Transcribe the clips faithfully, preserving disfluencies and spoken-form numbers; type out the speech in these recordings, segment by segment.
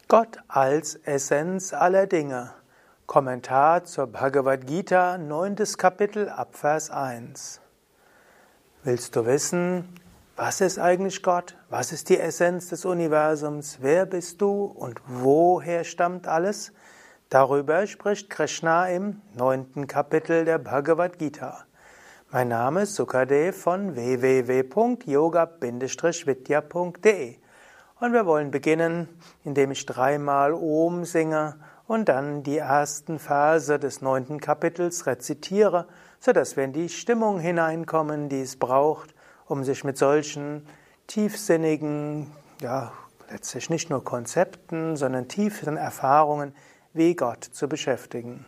Gott als Essenz aller Dinge. Kommentar zur Bhagavad Gita, neuntes Kapitel, Abvers eins. Willst du wissen, was ist eigentlich Gott? Was ist die Essenz des Universums? Wer bist du und woher stammt alles? Darüber spricht Krishna im neunten Kapitel der Bhagavad Gita. Mein Name ist Sukadev von w w w punkt yoga Bindestrich vidya punkt de und wir wollen beginnen, indem ich dreimal Om singe und dann die ersten Verse des neunten Kapitels rezitiere, sodass wir in die Stimmung hineinkommen, die es braucht, um sich mit solchen tiefsinnigen, ja, letztlich nicht nur Konzepten, sondern tiefen Erfahrungen wie Gott zu beschäftigen.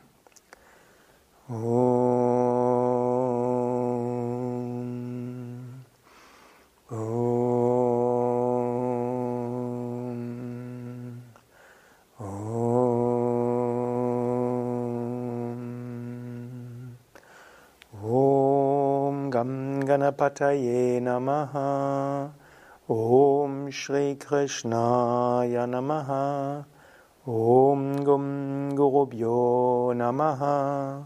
Om. Om. Om. Om Gam Ganapataye Namaha. Om Shri Krishnaya Namaha. Om Gum Gurubhyo Namaha.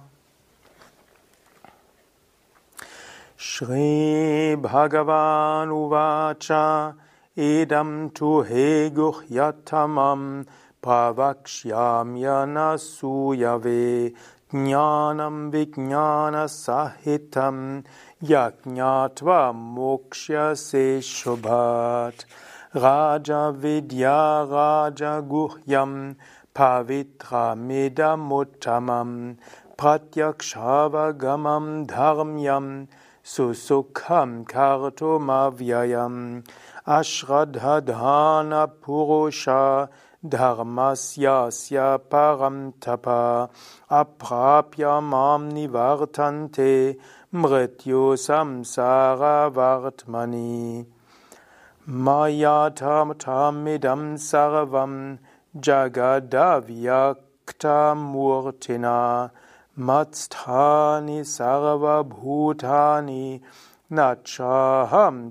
Shri Bhagavan Uvacha Idam tu he guhyatamam pravakshyamya suyave jnanam vijnana sahitam yajñatva mokshase shubhat Raja Vidya Raja Guhyam Pavitra Medamuttamam Pratyakshavagamam Dharmyam Susukham Kartumavyayam Ashradhadhana Purusha Dharmasyasya Paramtapa Aprapya Mam Nivartante Mrityu Samsara Vartmani Mayatam tamidam sarvam jagadavyakta murtina matsthani sarva bhutani nachaham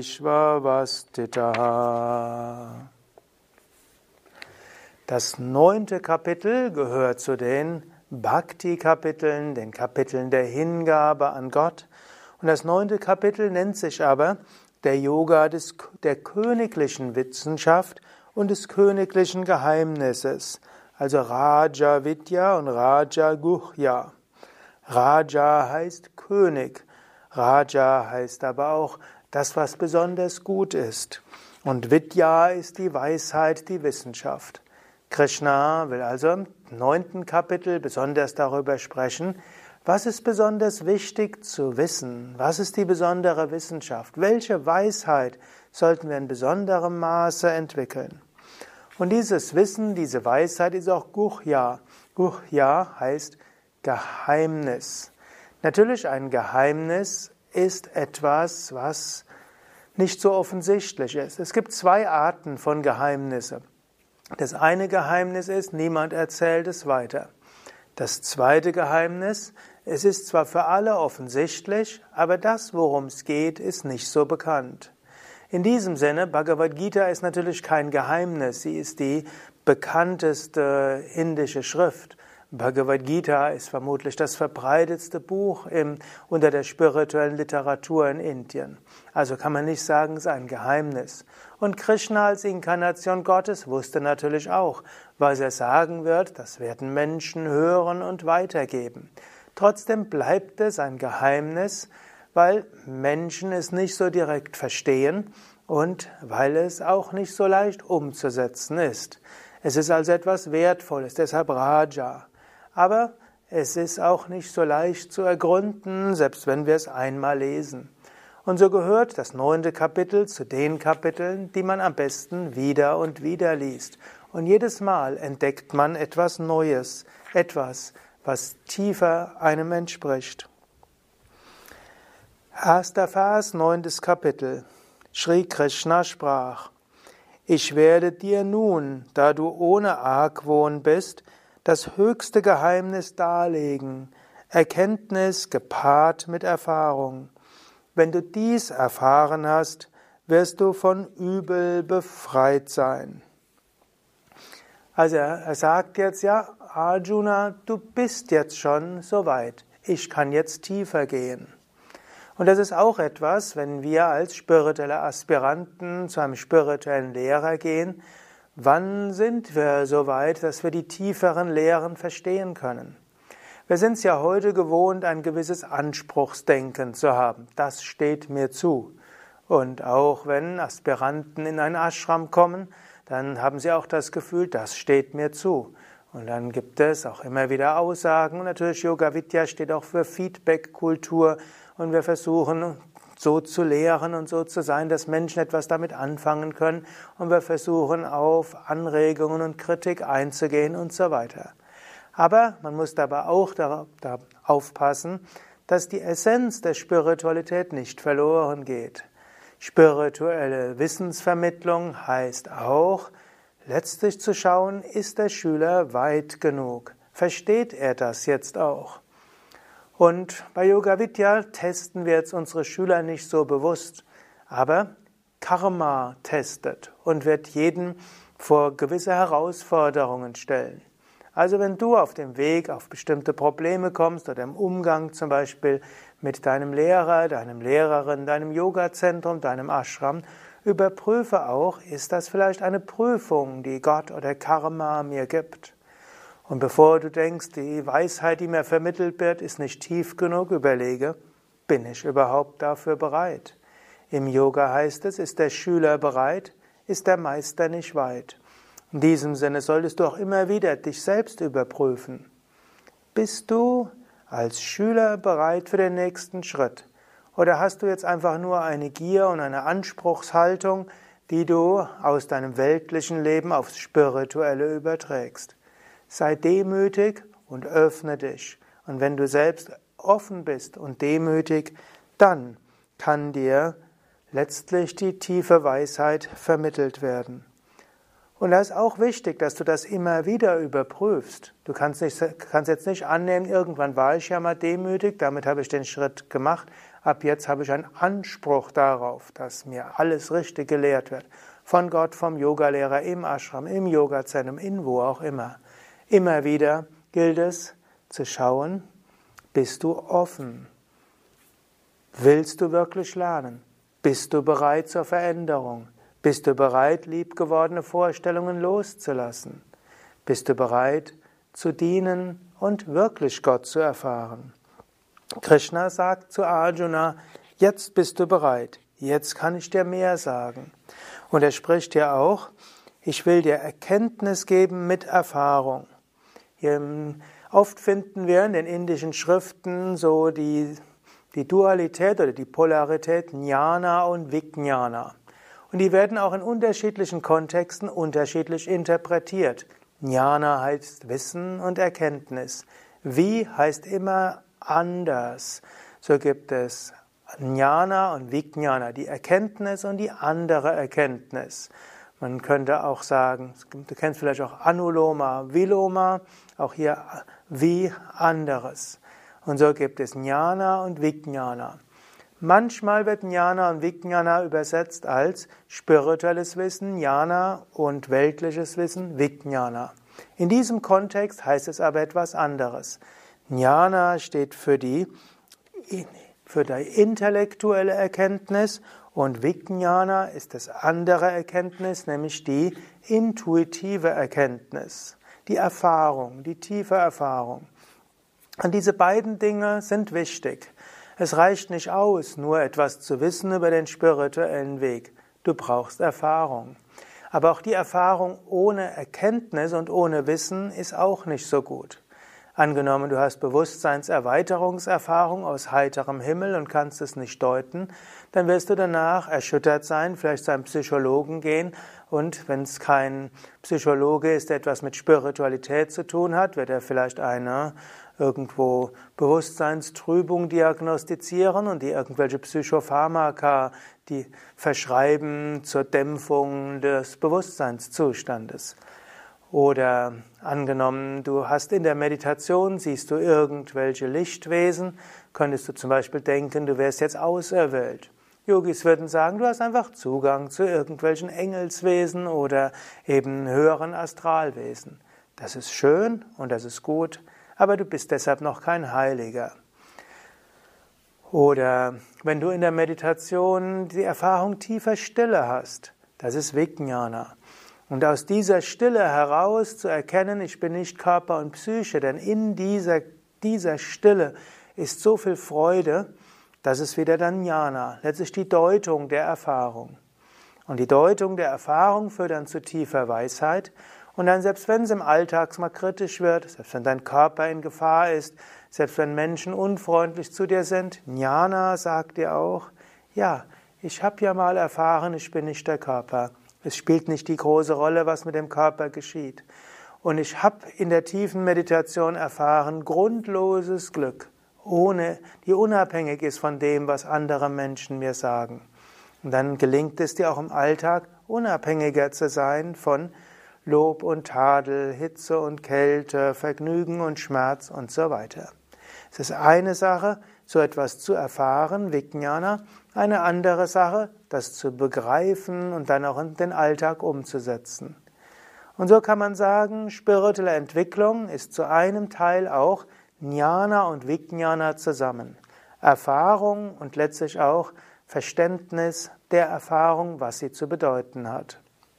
teshvavastitaha. Das neunte Kapitel gehört zu den Bhakti-Kapiteln, den Kapiteln der Hingabe an Gott. Und das neunte Kapitel nennt sich aber der Yoga des, der königlichen Wissenschaft und des königlichen Geheimnisses, also Raja Vidya und Raja Guhya. Raja heißt König, Raja heißt aber auch das, was besonders gut ist. Und Vidya ist die Weisheit, die Wissenschaft. Krishna will also im neunten Kapitel besonders darüber sprechen, was ist besonders wichtig zu wissen? Was ist die besondere Wissenschaft? Welche Weisheit sollten wir in besonderem Maße entwickeln? Und dieses Wissen, diese Weisheit ist auch Guhya. Guhya heißt Geheimnis. Natürlich, ein Geheimnis ist etwas, was nicht so offensichtlich ist. Es gibt zwei Arten von Geheimnissen. Das eine Geheimnis ist, niemand erzählt es weiter. Das zweite Geheimnis, es ist zwar für alle offensichtlich, aber das, worum es geht, ist nicht so bekannt. In diesem Sinne, Bhagavad Gita ist natürlich kein Geheimnis, sie ist die bekannteste indische Schrift. Bhagavad Gita ist vermutlich das verbreitetste Buch im, unter der spirituellen Literatur in Indien. Also kann man nicht sagen, es ist ein Geheimnis. Und Krishna als Inkarnation Gottes wusste natürlich auch, was er sagen wird, das werden Menschen hören und weitergeben. Trotzdem bleibt es ein Geheimnis, weil Menschen es nicht so direkt verstehen und weil es auch nicht so leicht umzusetzen ist. Es ist also etwas Wertvolles, deshalb Raja. Aber es ist auch nicht so leicht zu ergründen, selbst wenn wir es einmal lesen. Und so gehört das neunte Kapitel zu den Kapiteln, die man am besten wieder und wieder liest. Und jedes Mal entdeckt man etwas Neues, etwas, was tiefer einem entspricht. Erster Vers, neuntes Kapitel. Shri Krishna sprach: Ich werde dir nun, da du ohne Argwohn bist, das höchste Geheimnis darlegen, Erkenntnis gepaart mit Erfahrung. Wenn du dies erfahren hast, wirst du von Übel befreit sein. Also er, er sagt jetzt, ja, Arjuna, du bist jetzt schon so weit. Ich kann jetzt tiefer gehen. Und das ist auch etwas, wenn wir als spirituelle Aspiranten zu einem spirituellen Lehrer gehen, wann sind wir so weit, dass wir die tieferen Lehren verstehen können? Wir sind es ja heute gewohnt, ein gewisses Anspruchsdenken zu haben. Das steht mir zu. Und auch wenn Aspiranten in einen Ashram kommen, dann haben sie auch das Gefühl, das steht mir zu. Und dann gibt es auch immer wieder Aussagen. Und natürlich Yoga Vidya steht auch für Feedback-Kultur. Und wir versuchen so zu lehren und so zu sein, dass Menschen etwas damit anfangen können. Und wir versuchen auf Anregungen und Kritik einzugehen und so weiter. Aber man muss dabei auch darauf aufpassen, dass die Essenz der Spiritualität nicht verloren geht. Spirituelle Wissensvermittlung heißt auch, letztlich zu schauen, ist der Schüler weit genug? Versteht er das jetzt auch? Und bei Yoga Vidya testen wir jetzt unsere Schüler nicht so bewusst, aber Karma testet und wird jeden vor gewisse Herausforderungen stellen. Also wenn du auf dem Weg auf bestimmte Probleme kommst oder im Umgang zum Beispiel mit deinem Lehrer, deinem Lehrerin, deinem Yogazentrum, deinem Ashram, überprüfe auch, ist das vielleicht eine Prüfung, die Gott oder Karma mir gibt. Und bevor du denkst, die Weisheit, die mir vermittelt wird, ist nicht tief genug, überlege, bin ich überhaupt dafür bereit? Im Yoga heißt es, ist der Schüler bereit, ist der Meister nicht weit. In diesem Sinne solltest du auch immer wieder dich selbst überprüfen. Bist du als Schüler bereit für den nächsten Schritt? Oder hast du jetzt einfach nur eine Gier und eine Anspruchshaltung, die du aus deinem weltlichen Leben aufs Spirituelle überträgst? Sei demütig und öffne dich. Und wenn du selbst offen bist und demütig, dann kann dir letztlich die tiefe Weisheit vermittelt werden. Und da ist auch wichtig, dass du das immer wieder überprüfst. Du kannst, nicht, kannst jetzt nicht annehmen, irgendwann war ich ja mal demütig, damit habe ich den Schritt gemacht. Ab jetzt habe ich einen Anspruch darauf, dass mir alles richtig gelehrt wird. Von Gott, vom Yogalehrer, im Ashram, im Yogazentrum, in wo auch immer. Immer wieder gilt es zu schauen, bist du offen? Willst du wirklich lernen? Bist du bereit zur Veränderung? Bist du bereit, liebgewordene Vorstellungen loszulassen? Bist du bereit, zu dienen und wirklich Gott zu erfahren? Krishna sagt zu Arjuna, jetzt bist du bereit, jetzt kann ich dir mehr sagen. Und er spricht ja auch, ich will dir Erkenntnis geben mit Erfahrung. Hier, oft finden wir in den indischen Schriften so die, die Dualität oder die Polarität Jnana und Vijnana. Und die werden auch in unterschiedlichen Kontexten unterschiedlich interpretiert. Jnana heißt Wissen und Erkenntnis. Vi heißt immer anders. So gibt es Jnana und Vijnana, die Erkenntnis und die andere Erkenntnis. Man könnte auch sagen, du kennst vielleicht auch Anuloma, Viloma, auch hier wie anderes. Und so gibt es Jnana und Vijnana. Manchmal wird Jnana und Vijnana übersetzt als spirituelles Wissen, Jnana, und weltliches Wissen, Vijnana. In diesem Kontext heißt es aber etwas anderes. Jnana steht für die, für die intellektuelle Erkenntnis und Vijnana ist das andere Erkenntnis, nämlich die intuitive Erkenntnis, die Erfahrung, die tiefe Erfahrung. Und diese beiden Dinge sind wichtig. Es reicht nicht aus, nur etwas zu wissen über den spirituellen Weg. Du brauchst Erfahrung. Aber auch die Erfahrung ohne Erkenntnis und ohne Wissen ist auch nicht so gut. Angenommen, du hast Bewusstseinserweiterungserfahrung aus heiterem Himmel und kannst es nicht deuten, dann wirst du danach erschüttert sein, vielleicht zu einem Psychologen gehen, und wenn es kein Psychologe ist, der etwas mit Spiritualität zu tun hat, wird er vielleicht eine irgendwo Bewusstseinstrübung diagnostizieren und die irgendwelche Psychopharmaka, die verschreiben zur Dämpfung des Bewusstseinszustandes. Oder angenommen, du hast in der Meditation, siehst du irgendwelche Lichtwesen, könntest du zum Beispiel denken, du wärst jetzt auserwählt. Yogis würden sagen, du hast einfach Zugang zu irgendwelchen Engelswesen oder eben höheren Astralwesen. Das ist schön und das ist gut, aber du bist deshalb noch kein Heiliger. Oder wenn du in der Meditation die Erfahrung tiefer Stille hast, das ist Vijnana. Und aus dieser Stille heraus zu erkennen, ich bin nicht Körper und Psyche, denn in dieser, dieser Stille ist so viel Freude, das ist wieder dann Jnana, letztlich die Deutung der Erfahrung. Und die Deutung der Erfahrung führt dann zu tiefer Weisheit. Und dann, selbst wenn es im Alltag mal kritisch wird, selbst wenn dein Körper in Gefahr ist, selbst wenn Menschen unfreundlich zu dir sind, Jnana sagt dir auch, ja, ich habe ja mal erfahren, ich bin nicht der Körper. Es spielt nicht die große Rolle, was mit dem Körper geschieht. Und ich habe in der tiefen Meditation erfahren, grundloses Glück, ohne, die unabhängig ist von dem, was andere Menschen mir sagen. Und dann gelingt es dir auch im Alltag, unabhängiger zu sein von Lob und Tadel, Hitze und Kälte, Vergnügen und Schmerz und so weiter. Es ist eine Sache, so etwas zu erfahren, Vijnana, eine andere Sache, das zu begreifen und dann auch in den Alltag umzusetzen. Und so kann man sagen, spirituelle Entwicklung ist zu einem Teil auch Jnana und Vijnana zusammen. Erfahrung und letztlich auch Verständnis der Erfahrung, was sie zu bedeuten hat.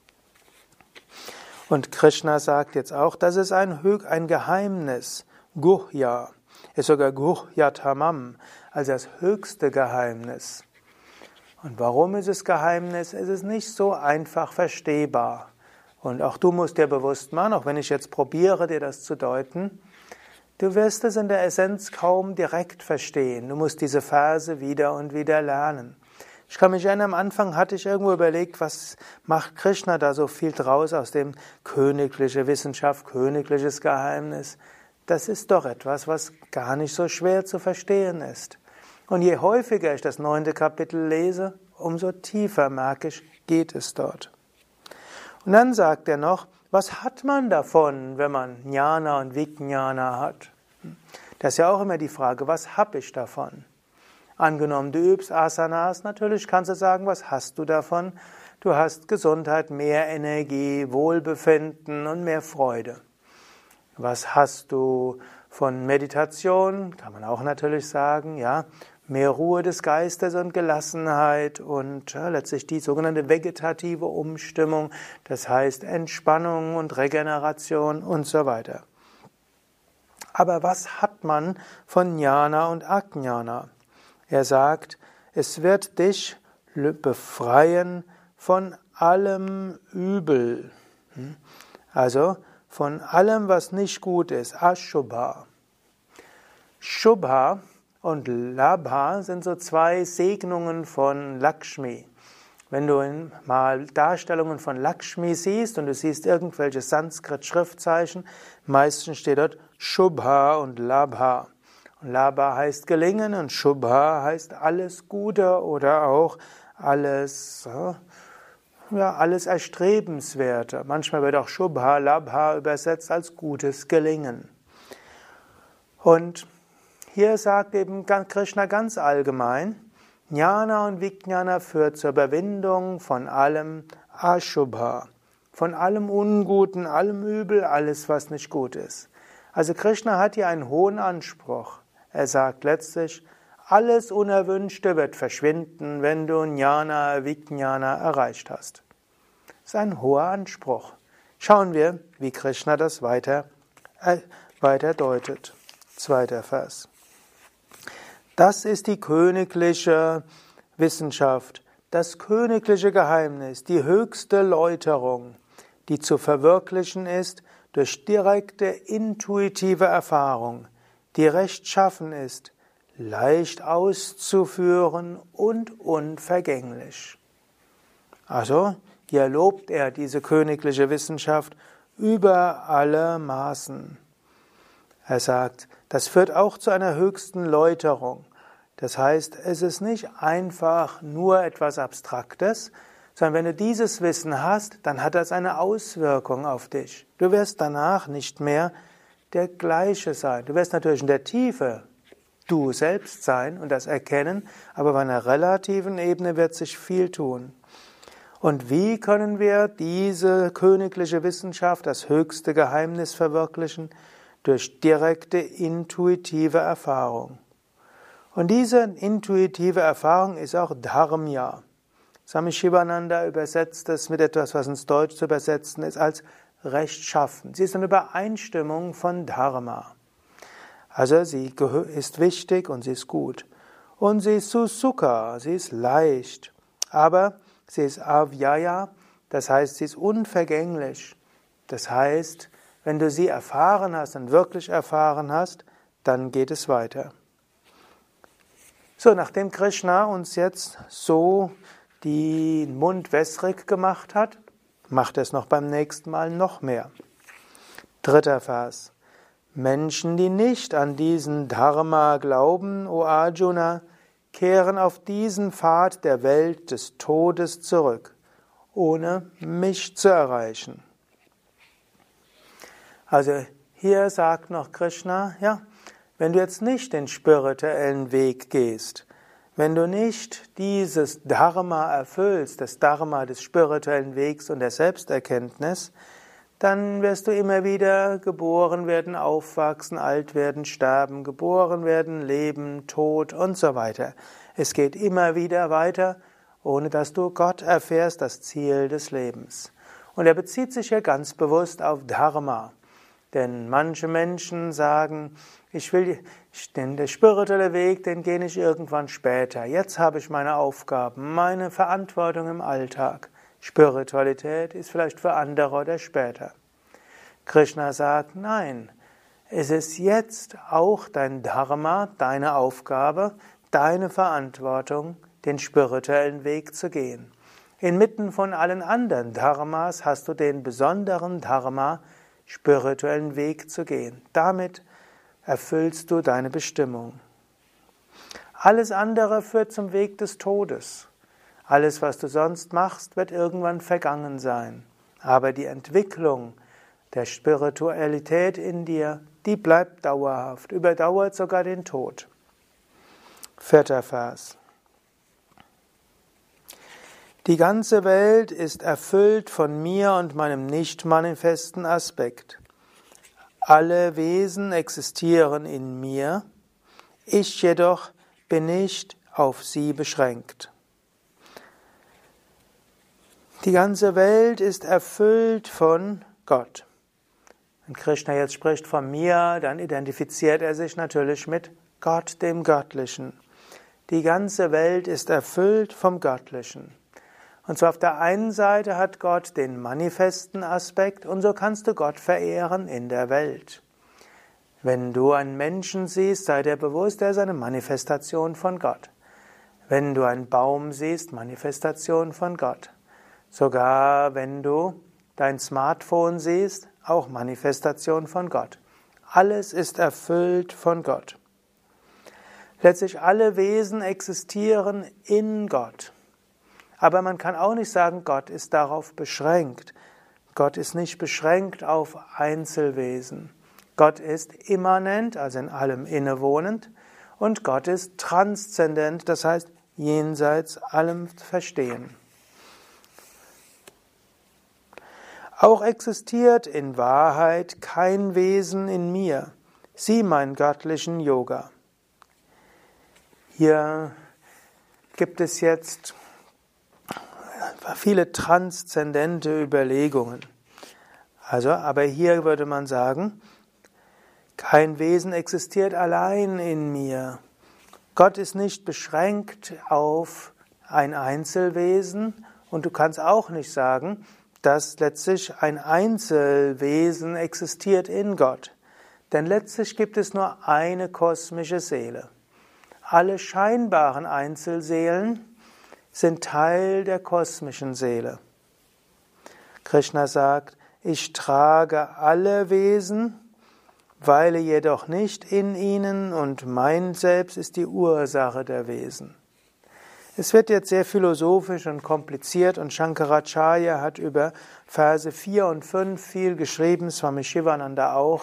Und Krishna sagt jetzt auch, das ist ein, ein Geheimnis, Guhya, ist sogar Guhyatamam, also das höchste Geheimnis. Und warum ist es Geheimnis? Es ist nicht so einfach verstehbar. Und auch du musst dir bewusst machen, auch wenn ich jetzt probiere, dir das zu deuten, du wirst es in der Essenz kaum direkt verstehen. Du musst diese Verse wieder und wieder lernen. Ich kann mich erinnern, am Anfang hatte ich irgendwo überlegt, was macht Krishna da so viel draus aus dem königliche Wissenschaft, königliches Geheimnis. Das ist doch etwas, was gar nicht so schwer zu verstehen ist. Und je häufiger ich das neunte Kapitel lese, umso tiefer merke ich, geht es dort. Und dann sagt er noch, was hat man davon, wenn man Jnana und Vijnana hat? Das ist ja auch immer die Frage, was habe ich davon? Angenommen, du übst Asanas, natürlich kannst du sagen, was hast du davon? Du hast Gesundheit, mehr Energie, Wohlbefinden und mehr Freude. Was hast du von Meditation? Kann man auch natürlich sagen, ja, mehr Ruhe des Geistes und Gelassenheit und ja, letztlich die sogenannte vegetative Umstimmung, das heißt Entspannung und Regeneration und so weiter. Aber was hat man von Jnana und Ajnana? Er sagt, es wird dich befreien von allem Übel. Also von allem, was nicht gut ist. Ashubha. Shubha und Labha sind so zwei Segnungen von Lakshmi. Wenn du mal Darstellungen von Lakshmi siehst und du siehst irgendwelche Sanskrit-Schriftzeichen, meistens steht dort Shubha und Labha. Und Labha heißt gelingen und Shubha heißt alles Gute oder auch alles, ja, alles Erstrebenswerte. Manchmal wird auch Shubha, Labha übersetzt als gutes Gelingen. Und hier sagt eben Krishna ganz allgemein, Jnana und Vijnana führt zur Überwindung von allem Ashubha, von allem Unguten, allem Übel, alles, was nicht gut ist. Also Krishna hat hier einen hohen Anspruch. Er sagt letztlich, alles Unerwünschte wird verschwinden, wenn du Jnana, Vijnana erreicht hast. Das ist ein hoher Anspruch. Schauen wir, wie Krishna das weiter, äh, weiter deutet. Zweiter Vers. Das ist die königliche Wissenschaft, das königliche Geheimnis, die höchste Läuterung, die zu verwirklichen ist durch direkte intuitive Erfahrung, die rechtschaffen ist, leicht auszuführen und unvergänglich. Also, hier lobt er diese königliche Wissenschaft über alle Maßen. Er sagt, das führt auch zu einer höchsten Läuterung. Das heißt, es ist nicht einfach nur etwas Abstraktes, sondern wenn du dieses Wissen hast, dann hat das eine Auswirkung auf dich. Du wirst danach nicht mehr der Gleiche sein. Du wirst natürlich in der Tiefe du selbst sein und das erkennen, aber auf einer relativen Ebene wird sich viel tun. Und wie können wir diese königliche Wissenschaft, das höchste Geheimnis verwirklichen? Durch direkte, intuitive Erfahrung. Und diese intuitive Erfahrung ist auch Dharmya. Swami Shivananda übersetzt es mit etwas, was ins Deutsch zu übersetzen ist, als rechtschaffen. Sie ist eine Übereinstimmung von Dharma. Also sie ist wichtig und sie ist gut. Und sie ist Susukha, sie ist leicht. Aber sie ist Avyaya, das heißt, sie ist unvergänglich. Das heißt, wenn du sie erfahren hast und wirklich erfahren hast, dann geht es weiter. So, nachdem Krishna uns jetzt so den Mund wässrig gemacht hat, macht er es noch beim nächsten Mal noch mehr. Dritter Vers. Menschen, die nicht an diesen Dharma glauben, o Arjuna, kehren auf diesen Pfad der Welt des Todes zurück, ohne mich zu erreichen. Also hier sagt noch Krishna, ja, wenn du jetzt nicht den spirituellen Weg gehst, wenn du nicht dieses Dharma erfüllst, das Dharma des spirituellen Wegs und der Selbsterkenntnis, dann wirst du immer wieder geboren werden, aufwachsen, alt werden, sterben, geboren werden, leben, Tod und so weiter. Es geht immer wieder weiter, ohne dass du Gott erfährst, das Ziel des Lebens. Und er bezieht sich hier ganz bewusst auf Dharma. Denn manche Menschen sagen, ich will den, der spirituelle Weg, den gehe ich irgendwann später. Jetzt habe ich meine Aufgaben, meine Verantwortung im Alltag. Spiritualität ist vielleicht für andere oder später. Krishna sagt, nein, es ist jetzt auch dein Dharma, deine Aufgabe, deine Verantwortung, den spirituellen Weg zu gehen. Inmitten von allen anderen Dharmas hast du den besonderen Dharma, spirituellen Weg zu gehen. Damit erfüllst du deine Bestimmung. Alles andere führt zum Weg des Todes. Alles, was du sonst machst, wird irgendwann vergangen sein. Aber die Entwicklung der Spiritualität in dir, die bleibt dauerhaft, überdauert sogar den Tod. Vierter Vers. Die ganze Welt ist erfüllt von mir und meinem nicht manifesten Aspekt. Alle Wesen existieren in mir, ich jedoch bin nicht auf sie beschränkt. Die ganze Welt ist erfüllt von Gott. Wenn Krishna jetzt spricht von mir, dann identifiziert er sich natürlich mit Gott, dem Göttlichen. Die ganze Welt ist erfüllt vom Göttlichen. Und zwar auf der einen Seite hat Gott den manifesten Aspekt und so kannst du Gott verehren in der Welt. Wenn du einen Menschen siehst, sei dir bewusst, er ist eine Manifestation von Gott. Wenn du einen Baum siehst, Manifestation von Gott. Sogar wenn du dein Smartphone siehst, auch Manifestation von Gott. Alles ist erfüllt von Gott. Letztlich alle Wesen existieren in Gott. Aber man kann auch nicht sagen, Gott ist darauf beschränkt. Gott ist nicht beschränkt auf Einzelwesen. Gott ist immanent, also in allem innewohnend, und Gott ist transzendent, das heißt jenseits allem Verstehen. Auch existiert in Wahrheit kein Wesen in mir. Sieh meinen göttlichen Yoga. Hier gibt es jetzt viele transzendente Überlegungen. Also, aber hier würde man sagen, kein Wesen existiert allein in mir. Gott ist nicht beschränkt auf ein Einzelwesen und du kannst auch nicht sagen, dass letztlich ein Einzelwesen existiert in Gott. Denn letztlich gibt es nur eine kosmische Seele. Alle scheinbaren Einzelseelen sind Teil der kosmischen Seele. Krishna sagt, ich trage alle Wesen, weile jedoch nicht in ihnen und mein Selbst ist die Ursache der Wesen. Es wird jetzt sehr philosophisch und kompliziert und Shankaracharya hat über Verse vier und fünf viel geschrieben, Swami Shivananda auch,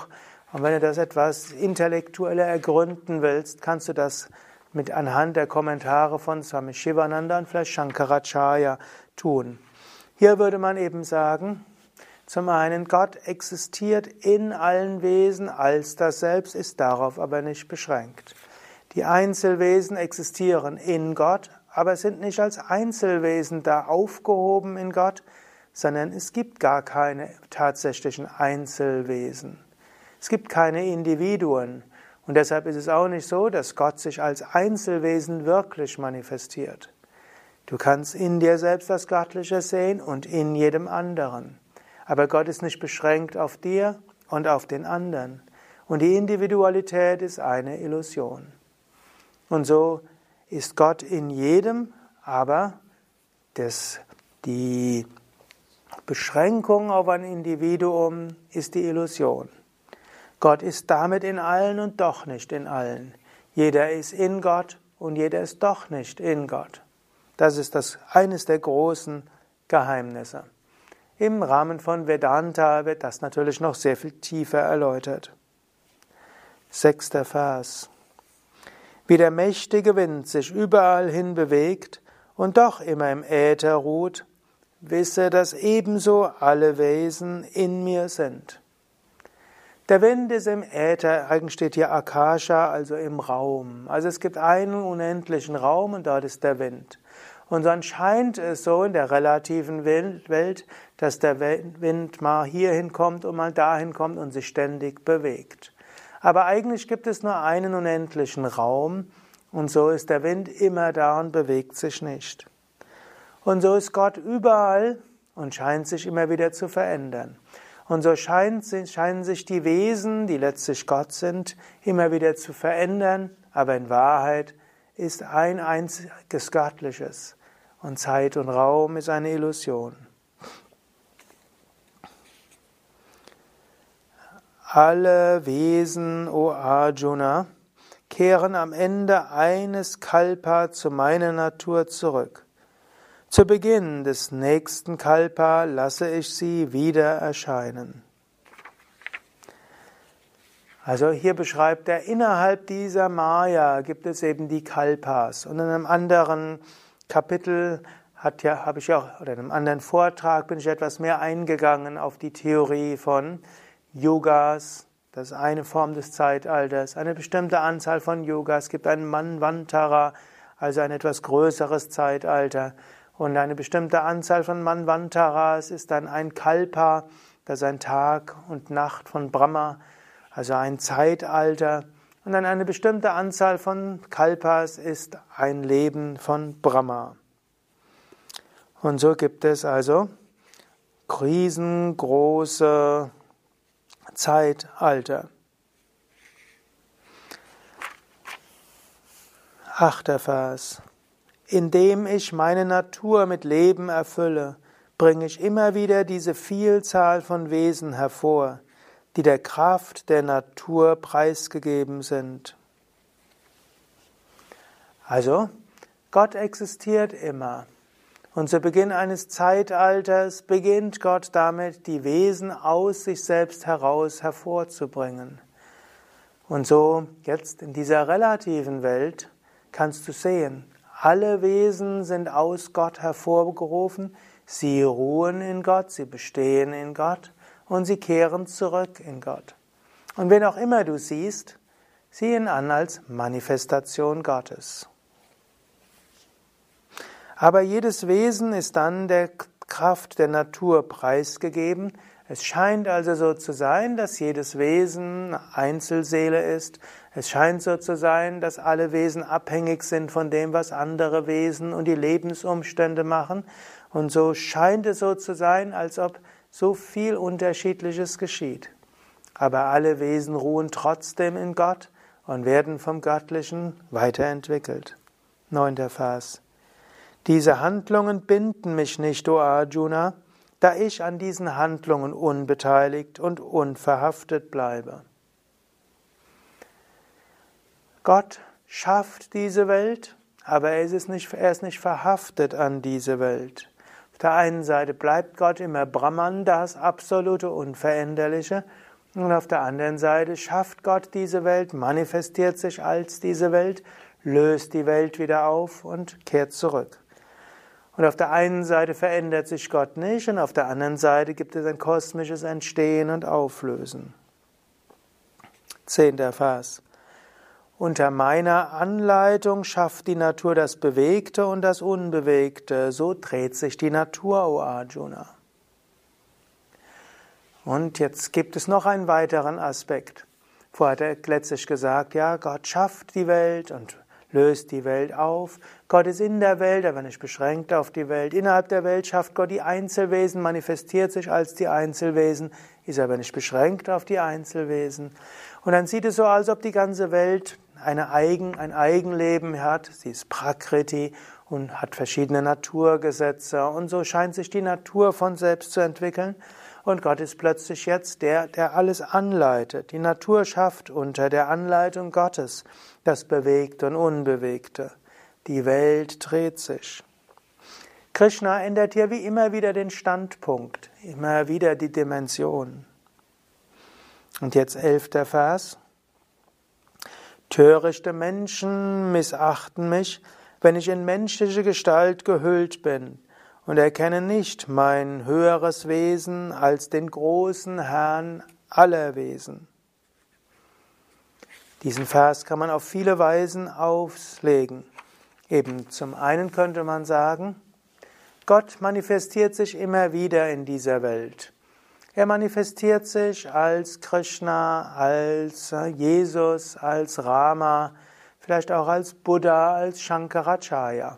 Und wenn du das etwas intellektueller ergründen willst, kannst du das mit anhand der Kommentare von Swami Shivananda und vielleicht Shankaracharya tun. Hier würde man eben sagen, zum einen, Gott existiert in allen Wesen als das Selbst, ist darauf aber nicht beschränkt. Die Einzelwesen existieren in Gott, aber sind nicht als Einzelwesen da aufgehoben in Gott, sondern es gibt gar keine tatsächlichen Einzelwesen. Es gibt keine Individuen. Und deshalb ist es auch nicht so, dass Gott sich als Einzelwesen wirklich manifestiert. Du kannst in dir selbst das Göttliche sehen und in jedem anderen. Aber Gott ist nicht beschränkt auf dir und auf den anderen. Und die Individualität ist eine Illusion. Und so ist Gott in jedem, aber das, die Beschränkung auf ein Individuum ist die Illusion. Gott ist damit in allen und doch nicht in allen. Jeder ist in Gott und jeder ist doch nicht in Gott. Das ist das, eines der großen Geheimnisse. Im Rahmen von Vedanta wird das natürlich noch sehr viel tiefer erläutert. Sechster Vers. Wie der mächtige Wind sich überall hin bewegt und doch immer im Äther ruht, wisse, dass ebenso alle Wesen in mir sind. Der Wind ist im Äther, eigentlich steht hier Akasha, also im Raum. Also es gibt einen unendlichen Raum und dort ist der Wind. Und dann scheint es so in der relativen Welt, dass der Wind mal hierhin kommt und mal dahin kommt und sich ständig bewegt. Aber eigentlich gibt es nur einen unendlichen Raum und so ist der Wind immer da und bewegt sich nicht. Und so ist Gott überall und scheint sich immer wieder zu verändern. Und so scheinen sich die Wesen, die letztlich Gott sind, immer wieder zu verändern, aber in Wahrheit ist ein einziges Göttliches. Und Zeit und Raum ist eine Illusion. Alle Wesen, o Arjuna, kehren am Ende eines Kalpa zu meiner Natur zurück. Zu Beginn des nächsten Kalpa lasse ich sie wieder erscheinen. Also hier beschreibt er, innerhalb dieser Maya gibt es eben die Kalpas. Und in einem anderen Kapitel hat ja, habe ich ja auch, oder in einem anderen Vortrag bin ich etwas mehr eingegangen auf die Theorie von Yogas. Das ist eine Form des Zeitalters. Eine bestimmte Anzahl von Yogas. Es gibt einen Manvantara, also ein etwas größeres Zeitalter. Und eine bestimmte Anzahl von Manvantaras ist dann ein Kalpa, das ist ein Tag und Nacht von Brahma, also ein Zeitalter. Und dann eine bestimmte Anzahl von Kalpas ist ein Leben von Brahma. Und so gibt es also riesengroße Zeitalter. Achter Vers. Indem ich meine Natur mit Leben erfülle, bringe ich immer wieder diese Vielzahl von Wesen hervor, die der Kraft der Natur preisgegeben sind. Also, Gott existiert immer. Und zu Beginn eines Zeitalters beginnt Gott damit, die Wesen aus sich selbst heraus hervorzubringen. Und so, jetzt in dieser relativen Welt, kannst du sehen, alle Wesen sind aus Gott hervorgerufen, sie ruhen in Gott, sie bestehen in Gott und sie kehren zurück in Gott. Und wen auch immer du siehst, sieh ihn an als Manifestation Gottes. Aber jedes Wesen ist dann der Kraft der Natur preisgegeben. Es scheint also so zu sein, dass jedes Wesen Einzelseele ist. Es scheint so zu sein, dass alle Wesen abhängig sind von dem, was andere Wesen und die Lebensumstände machen. Und so scheint es so zu sein, als ob so viel Unterschiedliches geschieht. Aber alle Wesen ruhen trotzdem in Gott und werden vom Göttlichen weiterentwickelt. Neunter Vers. Diese Handlungen binden mich nicht, o Arjuna, da ich an diesen Handlungen unbeteiligt und unverhaftet bleibe. Gott schafft diese Welt, aber er ist nicht, er ist nicht verhaftet an diese Welt. Auf der einen Seite bleibt Gott immer Brahman, das Absolute, Unveränderliche, Und auf der anderen Seite schafft Gott diese Welt, manifestiert sich als diese Welt, löst die Welt wieder auf und kehrt zurück. Und auf der einen Seite verändert sich Gott nicht und auf der anderen Seite gibt es ein kosmisches Entstehen und Auflösen. Zehnter Vers. Unter meiner Anleitung schafft die Natur das Bewegte und das Unbewegte. So dreht sich die Natur, o Arjuna. Und jetzt gibt es noch einen weiteren Aspekt. Vorher hat er letztlich gesagt, ja, Gott schafft die Welt und löst die Welt auf. Gott ist in der Welt, aber nicht beschränkt auf die Welt. Innerhalb der Welt schafft Gott die Einzelwesen, manifestiert sich als die Einzelwesen, ist aber nicht beschränkt auf die Einzelwesen. Und dann sieht es so aus, als ob die ganze Welt eine Eigen, ein Eigenleben hat. Sie ist Prakriti und hat verschiedene Naturgesetze. Und so scheint sich die Natur von selbst zu entwickeln. Und Gott ist plötzlich jetzt der, der alles anleitet. Die Natur schafft unter der Anleitung Gottes das Bewegte und Unbewegte. Die Welt dreht sich. Krishna ändert hier wie immer wieder den Standpunkt, immer wieder die Dimension. Und jetzt elfter Vers. Törichte Menschen missachten mich, wenn ich in menschliche Gestalt gehüllt bin, und erkennen nicht mein höheres Wesen als den großen Herrn aller Wesen. Diesen Vers kann man auf viele Weisen auslegen. Eben zum einen könnte man sagen, Gott manifestiert sich immer wieder in dieser Welt. Er manifestiert sich als Krishna, als Jesus, als Rama, vielleicht auch als Buddha, als Shankaracharya.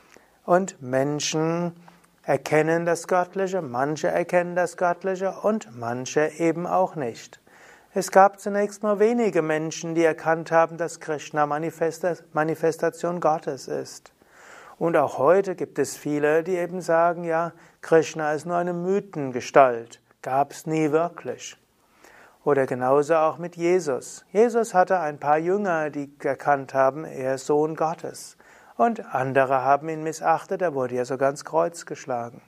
Und Menschen erkennen das Göttliche, manche erkennen das Göttliche und manche eben auch nicht. Es gab zunächst nur wenige Menschen, die erkannt haben, dass Krishna Manifestation Gottes ist. Und auch heute gibt es viele, die eben sagen, ja, Krishna ist nur eine Mythengestalt, gab es nie wirklich. Oder genauso auch mit Jesus. Jesus hatte ein paar Jünger, die erkannt haben, er ist Sohn Gottes. Und andere haben ihn missachtet, er wurde ja sogar ans Kreuz geschlagen.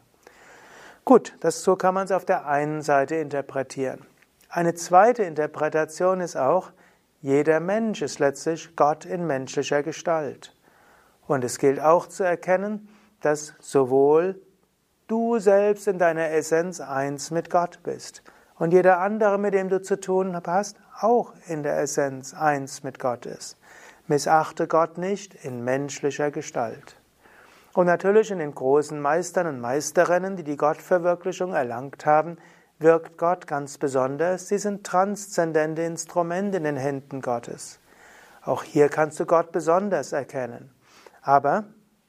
Gut, das so kann man es auf der einen Seite interpretieren. Eine zweite Interpretation ist auch, jeder Mensch ist letztlich Gott in menschlicher Gestalt. Und es gilt auch zu erkennen, dass sowohl du selbst in deiner Essenz eins mit Gott bist und jeder andere, mit dem du zu tun hast, auch in der Essenz eins mit Gott ist. Missachte Gott nicht in menschlicher Gestalt. Und natürlich in den großen Meistern und Meisterinnen, die die Gottverwirklichung erlangt haben, wirkt Gott ganz besonders. Sie sind transzendente Instrumente in den Händen Gottes. Auch hier kannst du Gott besonders erkennen. Aber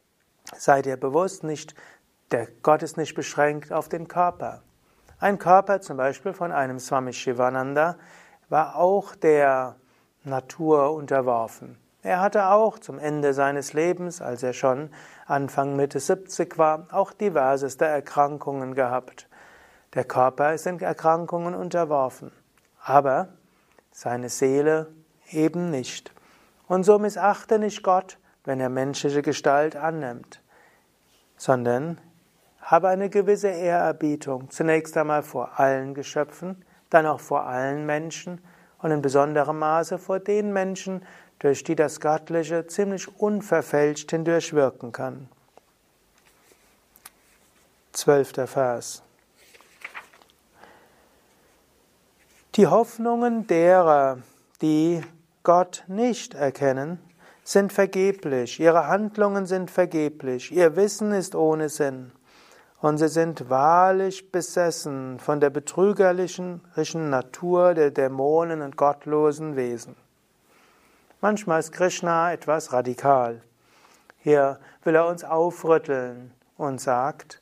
sei dir bewusst, nicht, der Gott ist nicht beschränkt auf den Körper. Ein Körper zum Beispiel von einem Swami Shivananda war auch der Natur unterworfen. Er hatte auch zum Ende seines Lebens, als er schon Anfang Mitte siebzig war, auch diverseste Erkrankungen gehabt. Der Körper ist den Erkrankungen unterworfen, aber seine Seele eben nicht. Und so missachte nicht Gott, wenn er menschliche Gestalt annimmt, sondern habe eine gewisse Ehrerbietung, zunächst einmal vor allen Geschöpfen, dann auch vor allen Menschen und in besonderem Maße vor den Menschen, durch die das Göttliche ziemlich unverfälscht hindurch wirken kann. Zwölfter Vers. Die Hoffnungen derer, die Gott nicht erkennen, sind vergeblich, ihre Handlungen sind vergeblich, ihr Wissen ist ohne Sinn, und sie sind wahrlich besessen von der betrügerlichen Natur der Dämonen und gottlosen Wesen. Manchmal ist Krishna etwas radikal. Hier will er uns aufrütteln und sagt,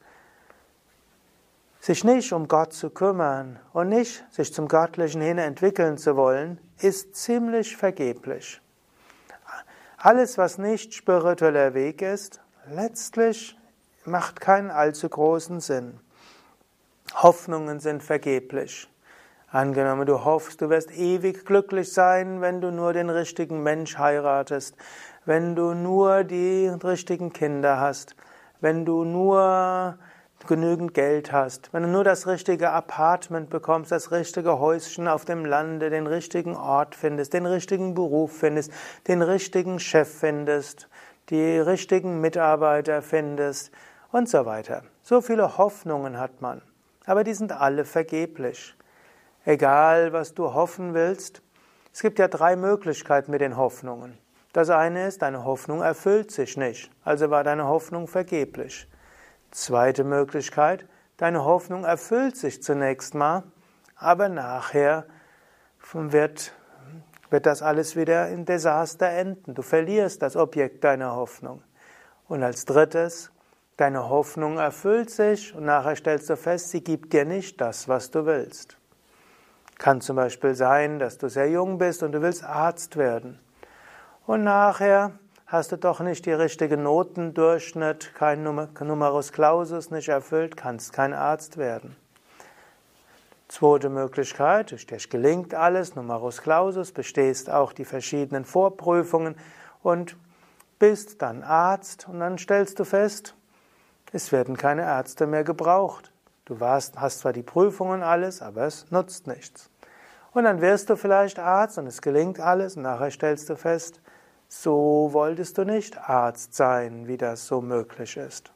sich nicht um Gott zu kümmern und nicht sich zum Göttlichen hin entwickeln zu wollen, ist ziemlich vergeblich. Alles, was nicht spiritueller Weg ist, letztlich macht keinen allzu großen Sinn. Hoffnungen sind vergeblich. Angenommen, du hoffst, du wirst ewig glücklich sein, wenn du nur den richtigen Mensch heiratest, wenn du nur die richtigen Kinder hast, wenn du nur genügend Geld hast, wenn du nur das richtige Apartment bekommst, das richtige Häuschen auf dem Lande, den richtigen Ort findest, den richtigen Beruf findest, den richtigen Chef findest, die richtigen Mitarbeiter findest und so weiter. So viele Hoffnungen hat man, aber die sind alle vergeblich. Egal, was du hoffen willst, es gibt ja drei Möglichkeiten mit den Hoffnungen. Das eine ist, deine Hoffnung erfüllt sich nicht, also war deine Hoffnung vergeblich. Zweite Möglichkeit, deine Hoffnung erfüllt sich zunächst mal, aber nachher wird, wird das alles wieder in Desaster enden. Du verlierst das Objekt deiner Hoffnung. Und als drittes, deine Hoffnung erfüllt sich und nachher stellst du fest, sie gibt dir nicht das, was du willst. Kann zum Beispiel sein, dass du sehr jung bist und du willst Arzt werden. Und nachher hast du doch nicht die richtige Notendurchschnitt, kein Numerus Clausus nicht erfüllt, kannst kein Arzt werden. Zweite Möglichkeit, dir gelingt alles, Numerus Clausus, bestehst auch die verschiedenen Vorprüfungen und bist dann Arzt und dann stellst du fest, es werden keine Ärzte mehr gebraucht. Du warst, hast zwar die Prüfungen alles, aber es nutzt nichts. Und dann wirst du vielleicht Arzt und es gelingt alles und nachher stellst du fest, so wolltest du nicht Arzt sein, wie das so möglich ist.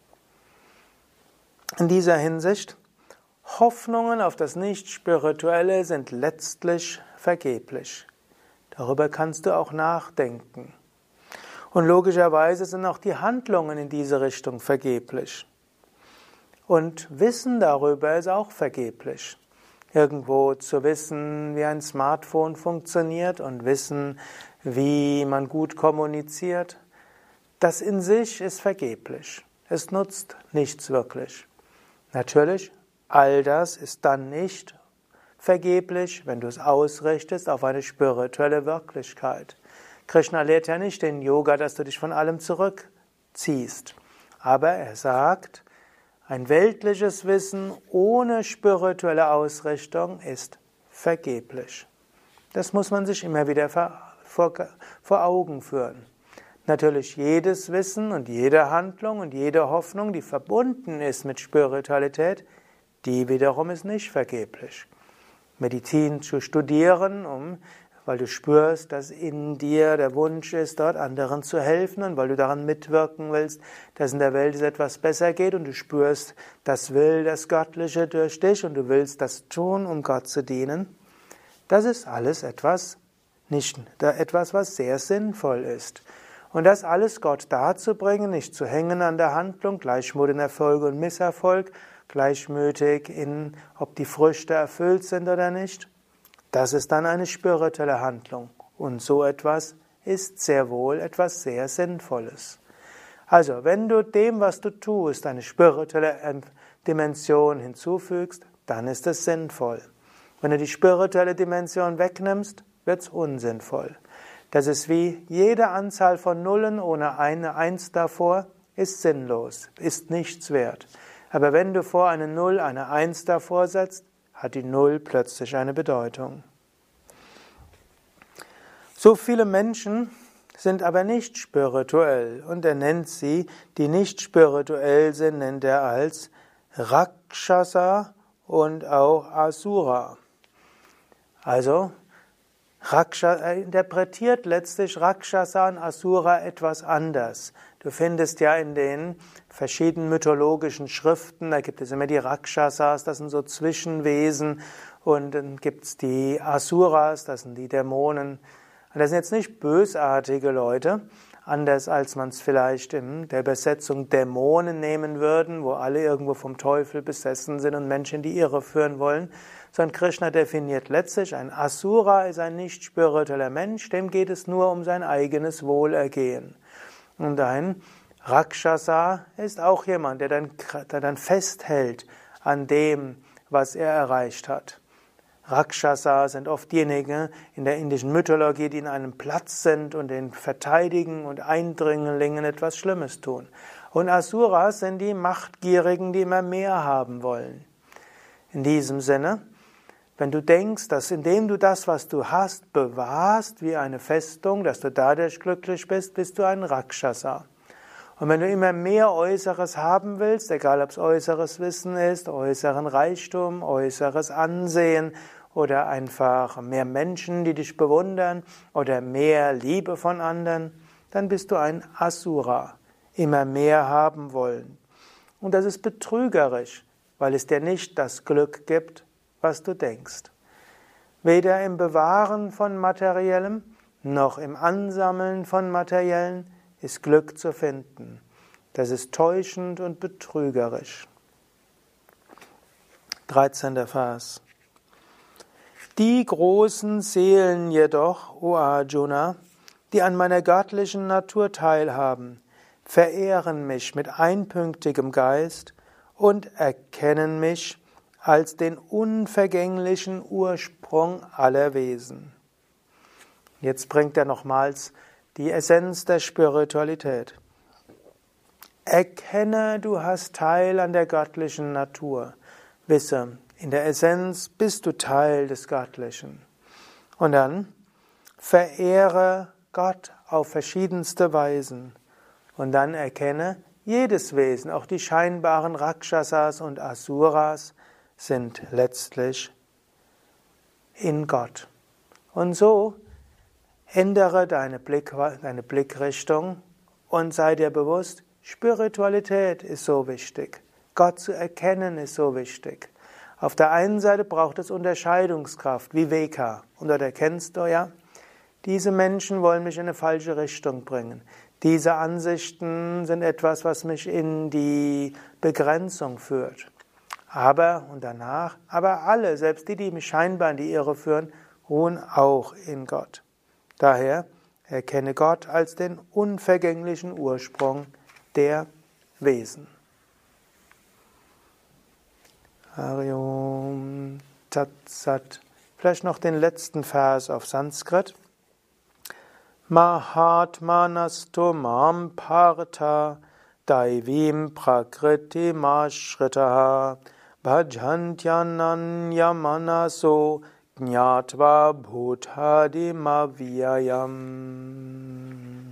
In dieser Hinsicht, Hoffnungen auf das Nicht-Spirituelle sind letztlich vergeblich. Darüber kannst du auch nachdenken. Und logischerweise sind auch die Handlungen in diese Richtung vergeblich. Und Wissen darüber ist auch vergeblich. Irgendwo zu wissen, wie ein Smartphone funktioniert und wissen, wie man gut kommuniziert, das in sich ist vergeblich. Es nutzt nichts wirklich. Natürlich, all das ist dann nicht vergeblich, wenn du es ausrichtest auf eine spirituelle Wirklichkeit. Krishna lehrt ja nicht den Yoga, dass du dich von allem zurückziehst. Aber er sagt, ein weltliches Wissen ohne spirituelle Ausrichtung ist vergeblich. Das muss man sich immer wieder ver Vor, vor Augen führen. Natürlich jedes Wissen und jede Handlung und jede Hoffnung, die verbunden ist mit Spiritualität, die wiederum ist nicht vergeblich. Medizin zu studieren, um, weil du spürst, dass in dir der Wunsch ist, dort anderen zu helfen und weil du daran mitwirken willst, dass in der Welt es etwas besser geht und du spürst, das will das Göttliche durch dich und du willst das tun, um Gott zu dienen. Das ist alles etwas Nicht etwas, was sehr sinnvoll ist. Und das alles Gott darzubringen, nicht zu hängen an der Handlung, Gleichmut in Erfolg und Misserfolg, gleichmütig in, ob die Früchte erfüllt sind oder nicht, das ist dann eine spirituelle Handlung. Und so etwas ist sehr wohl etwas sehr Sinnvolles. Also, wenn du dem, was du tust, eine spirituelle Dimension hinzufügst, dann ist es sinnvoll. Wenn du die spirituelle Dimension wegnimmst, wird es unsinnvoll. Das ist wie jede Anzahl von Nullen ohne eine Eins davor, ist sinnlos, ist nichts wert. Aber wenn du vor eine Null eine Eins davor setzt, hat die Null plötzlich eine Bedeutung. So viele Menschen sind aber nicht spirituell und er nennt sie, die nicht spirituell sind, nennt er als Rakshasa und auch Asura. Also, Rakshasa, er interpretiert letztlich Rakshasa und Asura etwas anders. Du findest ja in den verschiedenen mythologischen Schriften, da gibt es immer die Rakshasas, das sind so Zwischenwesen, und dann gibt es die Asuras, das sind die Dämonen. Und das sind jetzt nicht bösartige Leute, anders als man es vielleicht in der Übersetzung Dämonen nehmen würden, wo alle irgendwo vom Teufel besessen sind und Menschen in die Irre führen wollen, sondern Krishna definiert letztlich, ein Asura ist ein nicht spiritueller Mensch, dem geht es nur um sein eigenes Wohlergehen. Und ein Rakshasa ist auch jemand, der dann, der dann festhält an dem, was er erreicht hat. Rakshasa sind oft diejenigen in der indischen Mythologie, die in einem Platz sind und den verteidigen und Eindringlingen etwas Schlimmes tun. Und Asuras sind die Machtgierigen, die immer mehr haben wollen. In diesem Sinne, wenn du denkst, dass indem du das, was du hast, bewahrst wie eine Festung, dass du dadurch glücklich bist, bist du ein Rakshasa. Und wenn du immer mehr Äußeres haben willst, egal ob es äußeres Wissen ist, äußeren Reichtum, äußeres Ansehen oder einfach mehr Menschen, die dich bewundern oder mehr Liebe von anderen, dann bist du ein Asura, immer mehr haben wollen. Und das ist betrügerisch, weil es dir nicht das Glück gibt, was du denkst. Weder im Bewahren von Materiellem, noch im Ansammeln von Materiellen ist Glück zu finden. Das ist täuschend und betrügerisch. dreizehnter Vers. Die großen Seelen jedoch, o Arjuna, die an meiner göttlichen Natur teilhaben, verehren mich mit einpünktigem Geist und erkennen mich als den unvergänglichen Ursprung aller Wesen. Jetzt bringt er nochmals die Essenz der Spiritualität. Erkenne, du hast Teil an der göttlichen Natur. Wisse, in der Essenz bist du Teil des Göttlichen. Und dann verehre Gott auf verschiedenste Weisen. Und dann erkenne, jedes Wesen, auch die scheinbaren Rakshasas und Asuras, sind letztlich in Gott. Und so ändere deine, Blick, deine Blickrichtung und sei dir bewusst, Spiritualität ist so wichtig. Gott zu erkennen ist so wichtig. Auf der einen Seite braucht es Unterscheidungskraft, Viveka. Und dort erkennst du ja, diese Menschen wollen mich in eine falsche Richtung bringen. Diese Ansichten sind etwas, was mich in die Begrenzung führt. Aber, und danach, aber alle, selbst die, die mich scheinbar in die Irre führen, ruhen auch in Gott. Daher erkenne Gott als den unvergänglichen Ursprung der Wesen. Hariom Tat Sat. Vielleicht noch den letzten Vers auf Sanskrit. Mahatmanastu mam partha daivim prakriti mashritaha bhajantyananyamanaso jnatva bhutadimavyayam.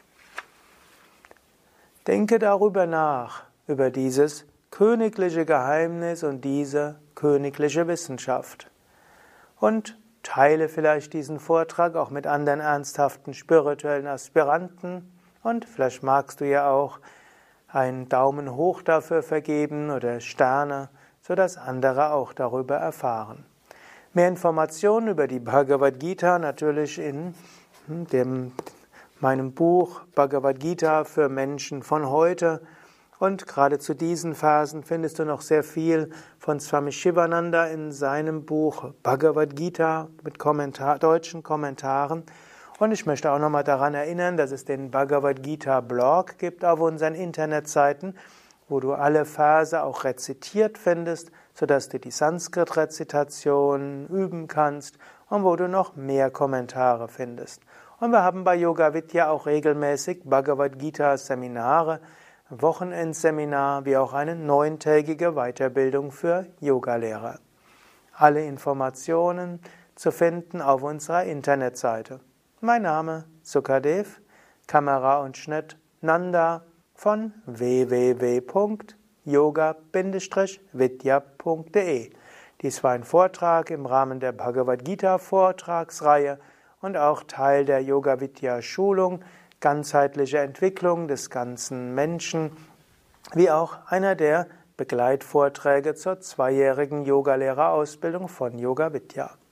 Denke darüber nach, über dieses königliche Geheimnis und diese königliche Wissenschaft. Und teile vielleicht diesen Vortrag auch mit anderen ernsthaften spirituellen Aspiranten und vielleicht magst du ja auch einen Daumen hoch dafür vergeben oder Sterne, sodass andere auch darüber erfahren. Mehr Informationen über die Bhagavad Gita natürlich in dem, meinem Buch Bhagavad Gita für Menschen von heute. Und gerade zu diesen Versen findest du noch sehr viel von Swami Shivananda in seinem Buch Bhagavad Gita mit Kommentar, deutschen Kommentaren. Und ich möchte auch nochmal daran erinnern, dass es den Bhagavad Gita Blog gibt auf unseren Internetseiten, wo du alle Verse auch rezitiert findest, sodass du die Sanskrit-Rezitation üben kannst und wo du noch mehr Kommentare findest. Und wir haben bei Yoga Vidya auch regelmäßig Bhagavad Gita Seminare, Wochenendseminar wie auch eine neuntägige Weiterbildung für Yogalehrer. Alle Informationen zu finden auf unserer Internetseite. Mein Name Sukadev, Kamera und Schnitt Nanda von w w w punkt yoga vidya punkt de. Dies war ein Vortrag im Rahmen der Bhagavad Gita Vortragsreihe und auch Teil der Yoga Vidya Schulung, ganzheitliche Entwicklung des ganzen Menschen, wie auch einer der Begleitvorträge zur zweijährigen Yogalehrerausbildung von Yoga Vidya.